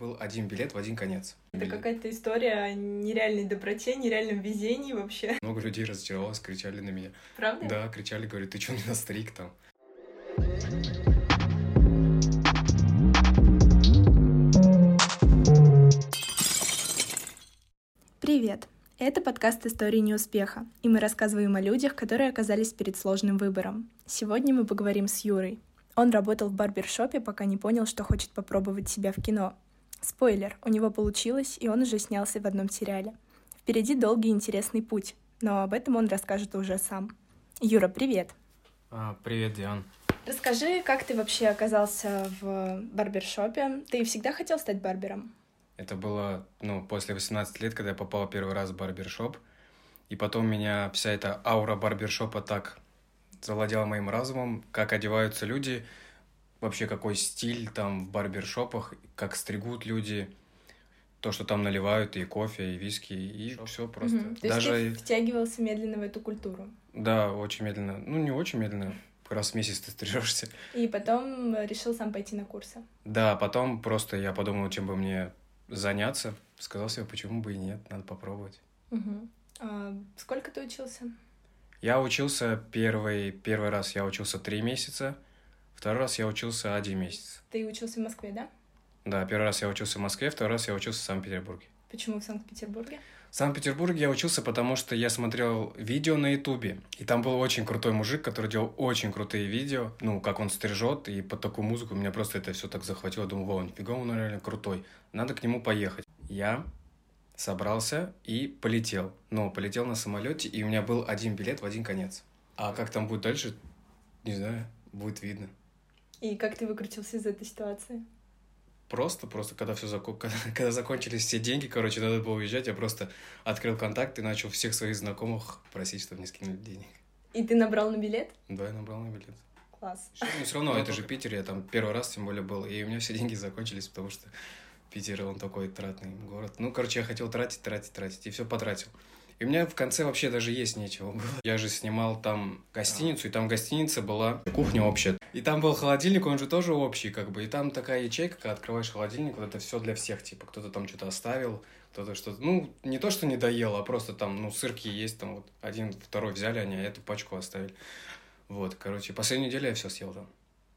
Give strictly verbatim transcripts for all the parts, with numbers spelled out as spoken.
был один билет в один конец. Это какая-то история о нереальной доброте, нереальном везении вообще. Много людей разочаровалось, кричали на меня. Правда? Да, кричали, говорят, ты что не настриг там? Привет! Это подкаст «Истории неуспеха», и мы рассказываем о людях, которые оказались перед сложным выбором. Сегодня мы поговорим с Юрой. Он работал в барбершопе, пока не понял, что хочет попробовать себя в кино. Спойлер, у него получилось, и он уже снялся в одном сериале. Впереди долгий и интересный путь, но об этом он расскажет уже сам. Юра, привет! А, привет, Диан. Расскажи, как ты вообще оказался в барбершопе? Ты всегда хотел стать барбером? Это было, ну, после восемнадцати лет, когда я попал первый раз в барбершоп, и потом меня вся эта аура барбершопа так завладела моим разумом, как одеваются люди, вообще какой стиль там в барбершопах, как стригут люди, то, что там наливают, и кофе, и виски, и все просто. Угу. То Даже... есть ты втягивался медленно в эту культуру? Да, очень медленно. Ну, не очень медленно, раз в месяц ты стрижешься. И потом решил сам пойти на курсы? Да, потом просто я подумал, чем бы мне заняться. Сказал себе, почему бы и нет, надо попробовать. Угу. А сколько ты учился? Я учился первый, первый раз я учился три месяца, второй раз я учился один месяц. Ты учился в Москве, да? Да, первый раз я учился в Москве, второй раз я учился в Санкт-Петербурге. Почему в Санкт-Петербурге? В Санкт-Петербурге я учился, потому что я смотрел видео на Ютубе, и там был очень крутой мужик, который делал очень крутые видео, ну, как он стрижет, и под такую музыку меня просто это все так захватило. Думаю, вау, нифига, он реально крутой, надо к нему поехать. Я собрался и полетел. Ну, полетел на самолете, и у меня был один билет в один конец. А как там будет дальше, не знаю, будет видно. И как ты выкрутился из этой ситуации? Просто, просто, когда все зако... когда, когда закончились все деньги, короче, надо было уезжать, я просто открыл контакт и начал всех своих знакомых просить, чтобы мне скинули денег. И ты набрал на билет? Да, я набрал на билет. Класс. Но все равно, это же Питер, я там первый раз, тем более, был, и у меня все деньги закончились, потому что Питер, он такой тратный город. Ну, короче, я хотел тратить, тратить, тратить, и все потратил. И у меня в конце вообще даже есть нечего было. Я же снимал там гостиницу, и там гостиница была, кухня общая. И там был холодильник, он же тоже общий, как бы. И там такая ячейка, когда открываешь холодильник, вот это все для всех, типа, кто-то там что-то оставил, кто-то что-то, ну, не то, что не доел, а просто там, ну, сырки есть, там вот один, второй взяли они, а эту пачку оставили. Вот, короче, последнюю неделю я все съел там.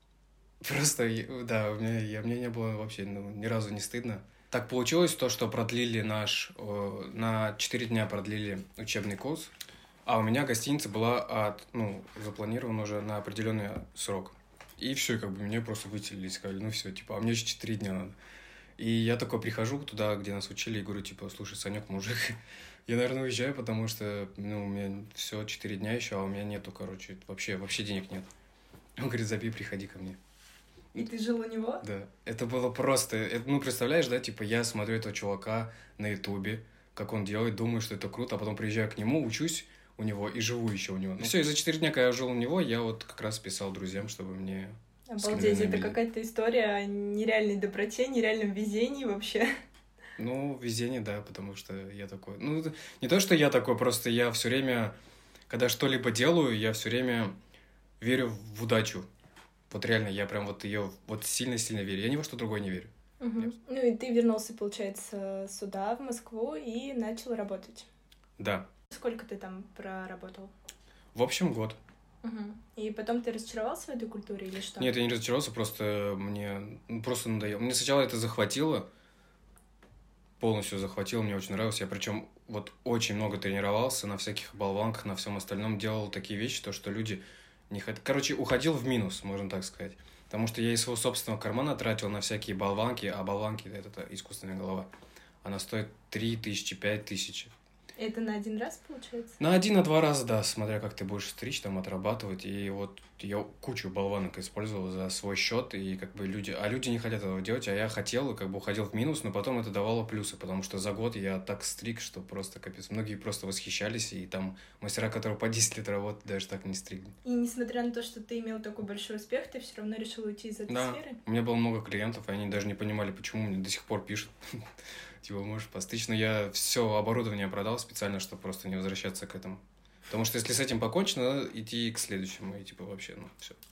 Просто, да, у меня, я, мне не было вообще ну, ни разу не стыдно. Так получилось то, что продлили наш, э, на четыре дня продлили учебный курс, а у меня гостиница была от, ну, запланирована уже на определенный срок. И все, как бы, мне просто выделили и сказали, ну все, типа, а мне еще четыре дня надо. И я такой прихожу туда, где нас учили, и говорю, типа, слушай, Санек, мужик, я, наверное, уезжаю, потому что, ну, у меня все четыре дня еще, а у меня нету, короче, вообще, вообще денег нет. Он говорит, забей, приходи ко мне. И ты жил у него? Да. Это было просто... Это, ну, представляешь, да, типа, я смотрю этого чувака на Ютубе, как он делает, думаю, что это круто, а потом приезжаю к нему, учусь у него и живу еще у него. Ну, все, и за четыре дня, когда я жил у него, я вот как раз писал друзьям, чтобы мне... Обалдеть, это какая-то история о нереальной доброте, нереальном везении вообще. Ну, везение, да, потому что я такой... Ну, не то, что я такой, просто я все время, когда что-либо делаю, я все время верю в удачу. Вот реально, я прям вот ее вот сильно-сильно верю. Я ни во что другое не верю. Угу. Ну и ты вернулся, получается, сюда, в Москву, и начал работать. Да. Сколько ты там проработал? В общем, год. Угу. И потом ты разочаровался в этой культуре или что? Нет, я не разочаровался, просто мне ну, просто надоело. Мне сначала это захватило, полностью захватило, мне очень нравилось. Я причем вот очень много тренировался на всяких болванках, на всем остальном, делал такие вещи, то, что люди... Не хот... Короче, уходил в минус, можно так сказать. Потому что я из своего собственного кармана тратил на всякие болванки, а болванки — это, это искусственная голова. Она стоит три тысячи, пять тысяч. Это на один раз, получается? На один, на два раза, да, смотря как ты будешь стричь, там, отрабатывать. И вот я кучу болванок использовал за свой счет, и как бы люди... А люди не хотят этого делать, а я хотел, и как бы уходил в минус, но потом это давало плюсы, потому что за год я так стриг, что просто капец. Многие просто восхищались, и там мастера, которые по десять лет работают, даже так не стригли. И несмотря на то, что ты имел такой большой успех, ты все равно решил уйти из этой да. сферы? У меня было много клиентов, и они даже не понимали, почему мне до сих пор пишут. Типа, можешь постричь, но я все оборудование продал специально, чтобы просто не возвращаться к этому. Потому что если с этим покончено, надо идти к следующему, и типа вообще, ну, все.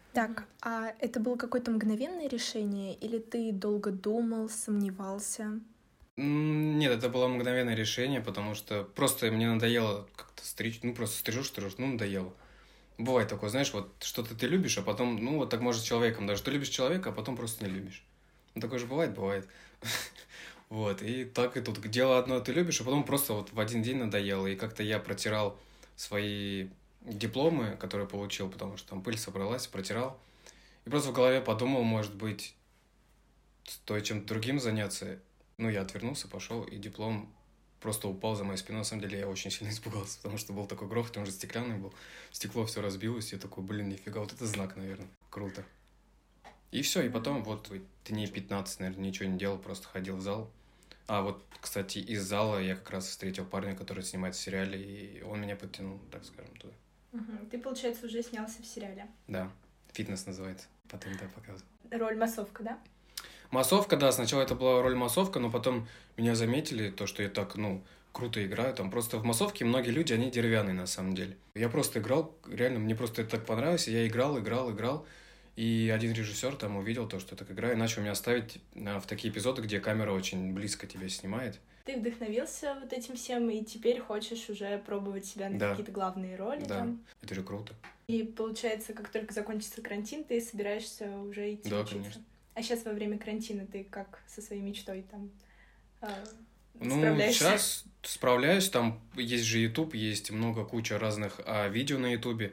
Так, а это было какое-то мгновенное решение, или ты долго думал, сомневался? Нет, это было мгновенное решение, потому что просто мне надоело как-то стричь, ну просто стрижу, стрижу, ну надоело. Бывает такое, знаешь, вот что-то ты любишь, а потом, ну вот так может с человеком, даже ты любишь человека, а потом просто не любишь. Ну такое же бывает, бывает. Вот, и так и тут. Дело одно ты любишь, а потом просто вот в один день надоело. И как-то я протирал свои дипломы, которые получил, потому что там пыль собралась, протирал. И просто в голове подумал, может быть, стоит чем-то другим заняться. Ну, я отвернулся, пошел, и диплом просто упал за моей спиной. На самом деле я очень сильно испугался, потому что был такой грохот, он же стеклянный был. Стекло все разбилось, и я такой, блин, нифига, вот это знак, наверное. Круто. И все, и потом вот дней пятнадцать, наверное, ничего не делал, просто ходил в зал. А вот, кстати, из зала я как раз встретил парня, который снимается в сериале, и он меня подтянул, так скажем, туда. Угу. Ты, получается, уже снялся в сериале. Да, «Фитнес» называется, потом да, показываю. Роль массовка, да? Массовка, да, сначала это была роль массовка, но потом меня заметили, то, что я так, ну, круто играю. Там просто в массовке многие люди, они деревянные на самом деле. Я просто играл, реально, мне просто это так понравилось, я играл, играл, играл. И один режиссер там увидел то, что я так играю, и начал меня ставить в такие эпизоды, где камера очень близко тебя снимает. Ты вдохновился вот этим всем, и теперь хочешь уже пробовать себя на да. какие-то главные роли. Да, там. Это же круто. И получается, как только закончится карантин, ты собираешься уже идти да, учиться. Конечно. А сейчас во время карантина ты как со своей мечтой там э, ну, справляешься? Ну, сейчас справляюсь, там есть же YouTube, есть много, куча разных а, видео на YouTube.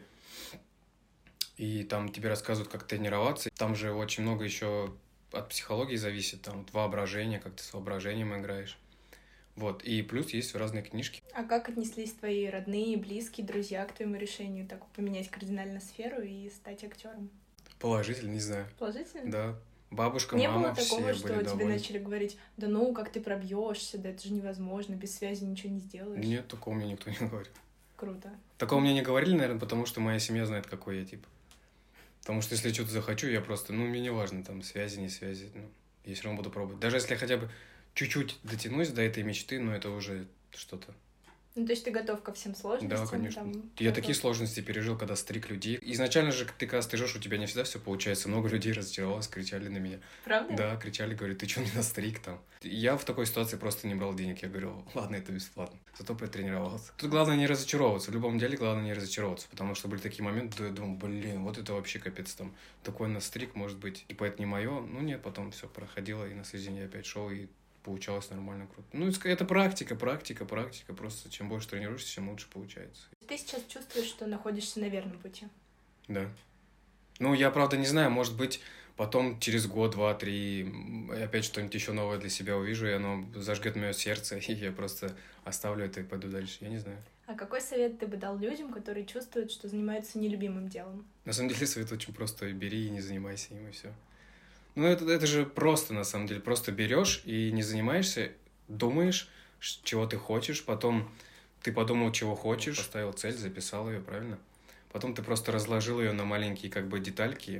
И там тебе рассказывают, как тренироваться. Там же очень много еще от психологии зависит, там вот воображение, как ты с воображением играешь. Вот, и плюс есть разные книжки. А как отнеслись твои родные, близкие, друзья к твоему решению так поменять кардинально сферу и стать актером? Положительно, не знаю. Положительно? Да. Бабушка, Не мама, было такого, все что были тебе довольны. начали говорить, да ну, как ты пробьешься, да это же невозможно, без связи ничего не сделаешь? Нет, такого мне никто не говорит. Круто. Такого мне не говорили, наверное, потому что моя семья знает, какой я тип. Потому что если я что-то захочу, я просто, ну, мне не важно, там, связи, не связи, ну, я все равно буду пробовать. Даже если я хотя бы чуть-чуть дотянусь до этой мечты, но это уже что-то. Ну, то есть ты готов ко всем сложностям? Да, конечно. Там, я готов... такие сложности пережил, когда стриг людей. Изначально же, ты когда стрижешь, у тебя не всегда все получается. Много людей разочаровалось, кричали на меня. Правда? Да, кричали, говорят, ты что не настриг там? Я в такой ситуации просто не брал денег. Я говорил, ладно, это бесплатно. Зато потренировался. Тут главное не разочаровываться. В любом деле главное не разочаровываться. Потому что были такие моменты, я думал, блин, вот это вообще капец там. Такой настриг, может быть, типа это не мое. Ну нет, потом все проходило, и на следующий день я опять шел, и получалось нормально, круто. Ну, это практика, практика, практика. Просто чем больше тренируешься, тем лучше получается. Ты сейчас чувствуешь, что находишься на верном пути? Да. Ну, я, правда, не знаю, может быть, потом через год, два, три опять что-нибудь еще новое для себя увижу, и оно зажгет мое сердце, и я просто оставлю это и пойду дальше. Я не знаю. А какой совет ты бы дал людям, которые чувствуют, что занимаются нелюбимым делом? На самом деле, совет очень простой. Бери и не занимайся им, и все. Ну, это, это же просто, на самом деле. Просто берешь и не занимаешься, думаешь, чего ты хочешь, потом ты подумал, чего хочешь, поставил цель, записал ее, правильно? Потом ты просто разложил ее на маленькие как бы детальки,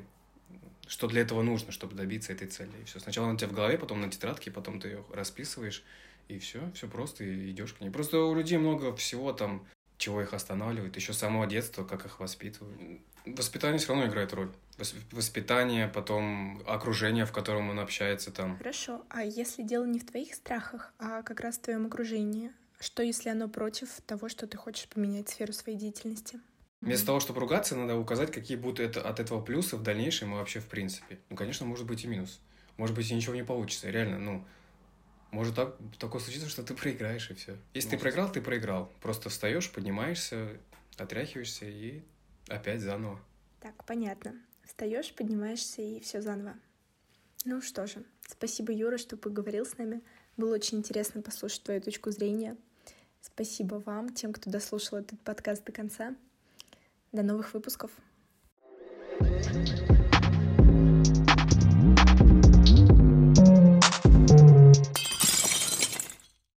что для этого нужно, чтобы добиться этой цели. И все. Сначала она у тебя в голове, потом на тетрадке, потом ты ее расписываешь, и все, все просто, и идешь к ней. Просто у людей много всего там, чего их останавливает, еще с самого детства, как их воспитывают. Воспитание все равно играет роль. Воспитание, потом окружение, в котором он общается там. Хорошо, а если дело не в твоих страхах, а как раз в твоем окружении? Что, если оно против того, что ты хочешь поменять сферу своей деятельности? Вместо mm-hmm. того, чтобы ругаться, надо указать, какие будут это, от этого плюсы в дальнейшем и вообще в принципе. Ну, конечно, может быть и минус. Может быть, и ничего не получится. Реально, ну, может так, такое случится, что ты проиграешь, и все. Если может. ты проиграл, ты проиграл. Просто встаешь, поднимаешься, отряхиваешься и опять заново. Так, понятно. Встаешь, поднимаешься и все заново. Ну что же, спасибо, Юра, что поговорил с нами. Было очень интересно послушать твою точку зрения. Спасибо вам, тем, кто дослушал этот подкаст до конца. До новых выпусков. thank you